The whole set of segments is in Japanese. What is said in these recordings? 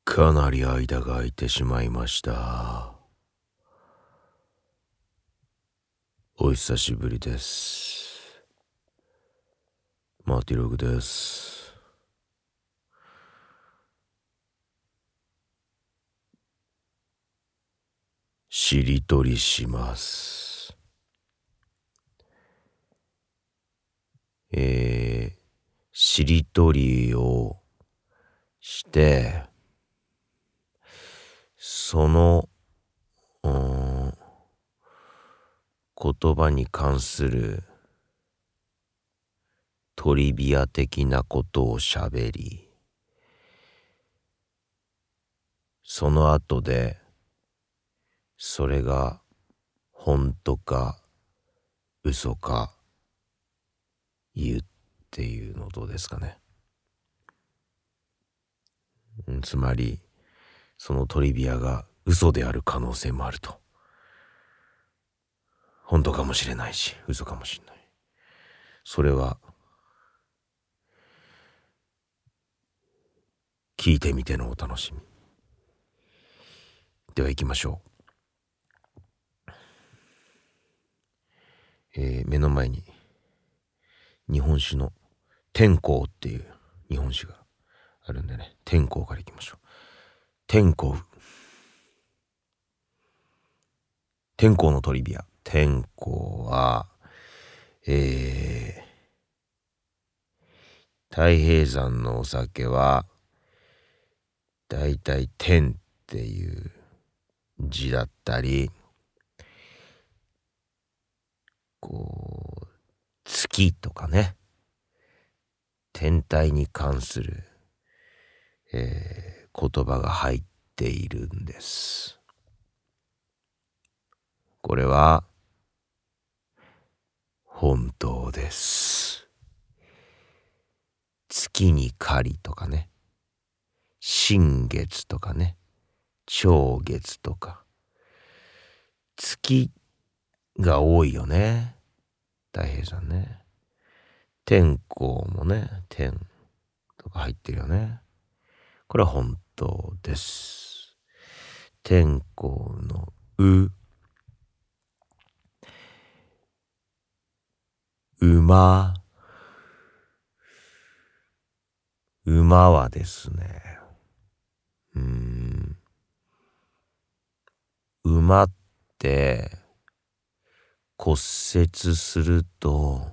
かなり間が空いてしまいました。お久しぶりです。マーティログです。しりとりします。しりとりをしてその言葉に関するトリビア的なことをしゃべり、その後でそれが本当か嘘か言うっていうのどうですかね。つまりそのトリビアが嘘である可能性もあると。本当かもしれないし嘘かもしれない。それは聞いてみてのお楽しみ。では行きましょう。目の前に日本酒の天功っていう日本酒があるんでね、天功から行きましょう。天功のトリビア。天功は太平山のお酒はだいたい天っていう字だったり、こう月とかね、天体に関する、言葉が入っているんです。これは本当です。月に狩りとかね、新月とかね、超月とか、月が多いよね、太平山ね。天候もね、天とか入ってるよね。これは本当です。天候の馬はですね、馬って骨折すると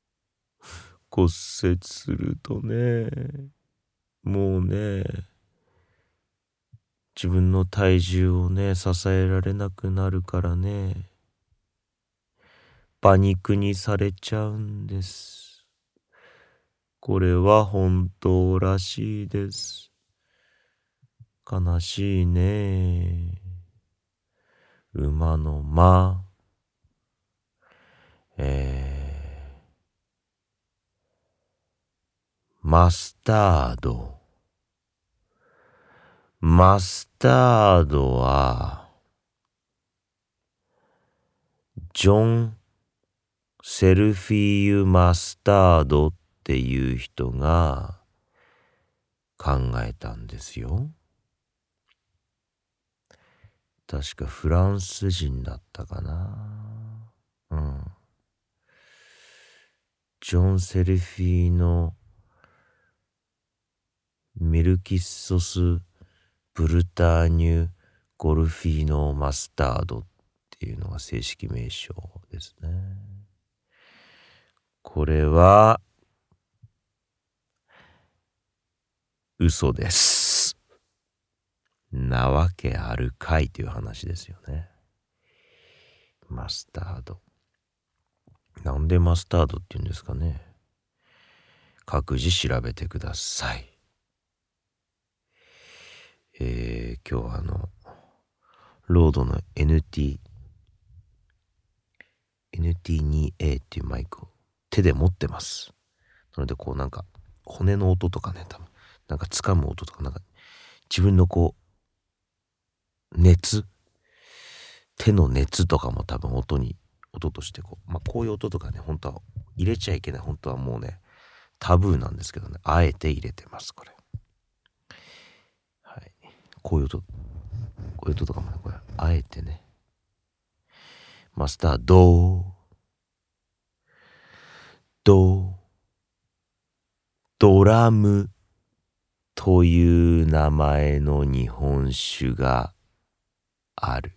ね、もうね、自分の体重をね支えられなくなるからね、馬肉にされちゃうんです。これは本当らしいです。悲しいね。馬の馬、マスタードはジョン・セルフィーユ・マスタードっていう人が考えたんですよ。確かフランス人だったかな。ジョン・セルフィーのミルキッソス・ブルターニュ・ゴルフィーノ・マスタードっていうのが正式名称ですね。これは嘘です。なわけあるかいという話ですよね。マスタード。なんでマスタードって言うんですかね。各自調べてください。今日はロードの NT2A っていうマイクを手で持ってます。なのでこうなんか骨の音とかね、多分なんか掴む音とか、なんか自分のこう手の熱とかも多分音としてこういう音とかね、本当は入れちゃいけない、本当はもうねタブーなんですけどね、あえて入れてますこれ。はい。 こういう音とかもね、これあえてね、マスタードラムという名前の日本酒がある。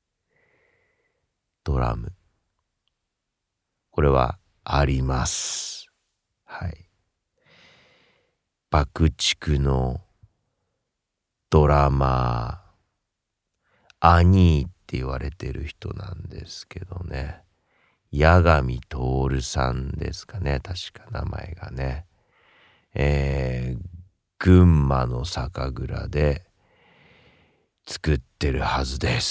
ドラム。これはあります。はい。爆竹のドラマー、アニーって言われてる人なんですけどね。八神徹さんですかね。確か名前がね。群馬の酒蔵で作ってるはずです。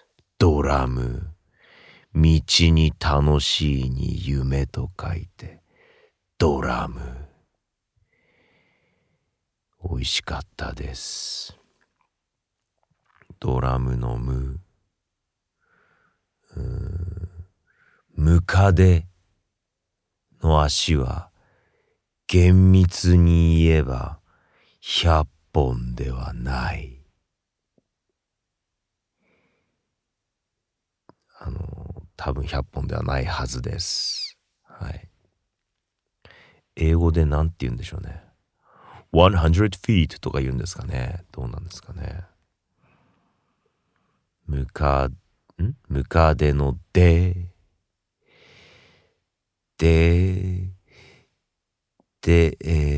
ドラム。道に楽しいに夢と書いて、ドラム。美味しかったです。ドラムのムカデの足は厳密に言えば100本ではない。多分100本ではないはずです。はい。英語でなんて言うんでしょうね。100 feet とか言うんですかね。どうなんですかね。ムカデので、で、で、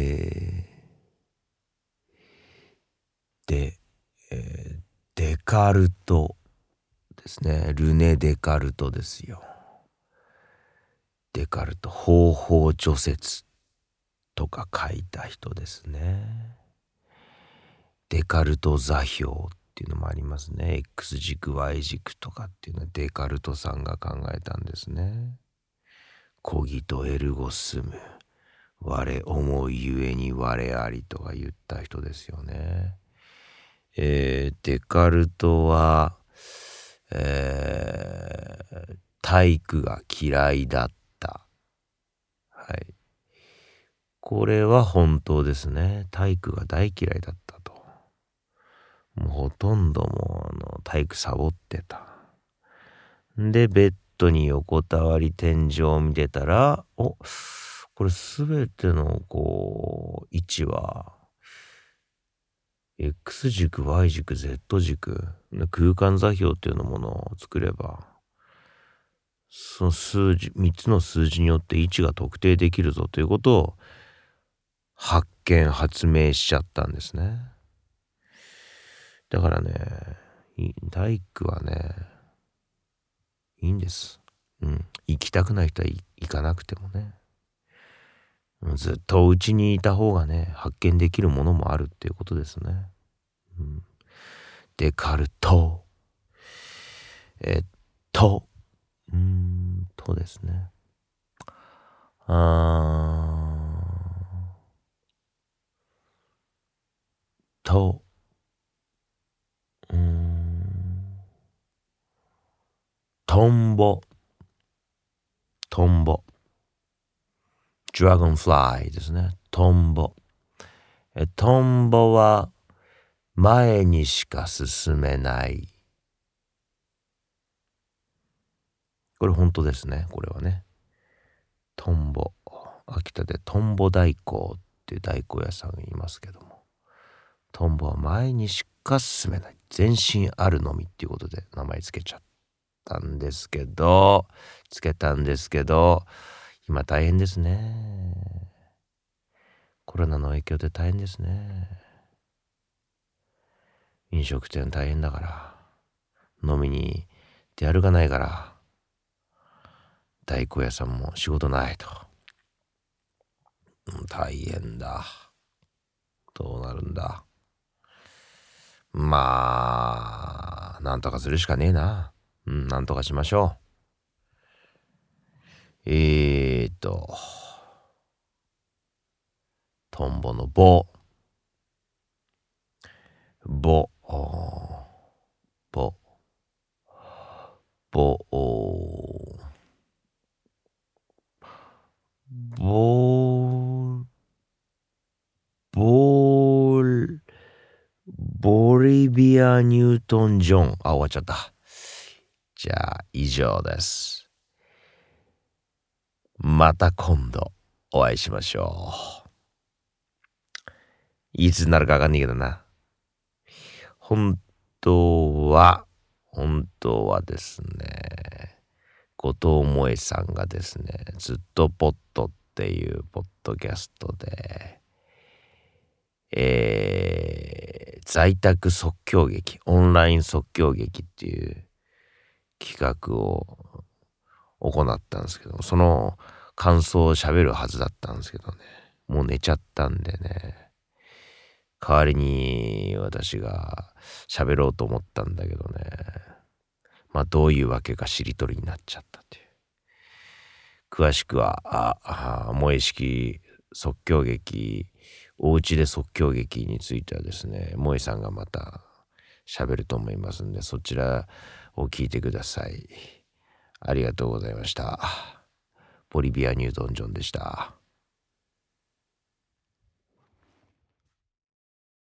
で、デカルトですね。ルネ・デカルトですよ。デカルト、方法除雪とか書いた人ですね。デカルト座標っていうのもありますね。X 軸 Y 軸とかっていうのはデカルトさんが考えたんですね。コギとエルゴスム、我思いゆえに我ありとか言った人ですよね。デカルトは、体育が嫌いだった。はい。これは本当ですね。体育が大嫌いだったと。もうほとんどもう体育サボってた。で、ベッドに横たわり天井を見てたら、これすべての位置は、X 軸、Y 軸、Z 軸、空間座標っていうのものを作れば、その3つの数字によって位置が特定できるぞということを発明しちゃったんですね。だからね、大工はね、いいんです。行きたくない人は行かなくてもね。ずっとお家にいた方がね、発見できるものもあるっていうことですね。デカルト。えっと、ですね。と、トンボ。ドラゴンフライですね。トンボ。トンボは前にしか進めない。これ本当ですね。これはね。トンボ。秋田でトンボ大根っていう大根屋さんがいますけども。トンボは前にしか進めない。全身あるのみっていうことで名前つけたんですけど、今大変ですね。コロナの影響で大変ですね。飲食店大変だから、飲みに出歩かないから、大根屋さんも仕事ないと。大変だ。どうなるんだ。まあ、なんとかするしかねえな。なんとかしましょう。トンボの棒。ぼ、ぼ、ぼ、ぼ、ぼーボリビア・ニュートン・ジョン。終わっちゃった。じゃあ、以上です。また今度お会いしましょう。いつになるかわかんないけどな。本当はですね、後藤萌さんがですね、ずっとポットっていうポッドキャストで、在宅即興劇、オンライン即興劇っていう企画を行ったんですけど、その感想を喋るはずだったんですけどね、もう寝ちゃったんでね、代わりに私が喋ろうと思ったんだけどね、まあどういうわけかしりとりになっちゃったっていう。詳しくは、萌え式即興劇、お家で即興劇についてはですね、萌えさんがまた喋ると思いますんで、そちらを聞いてください。ありがとうございました。ボリビア・ニュートン・ジョンでした。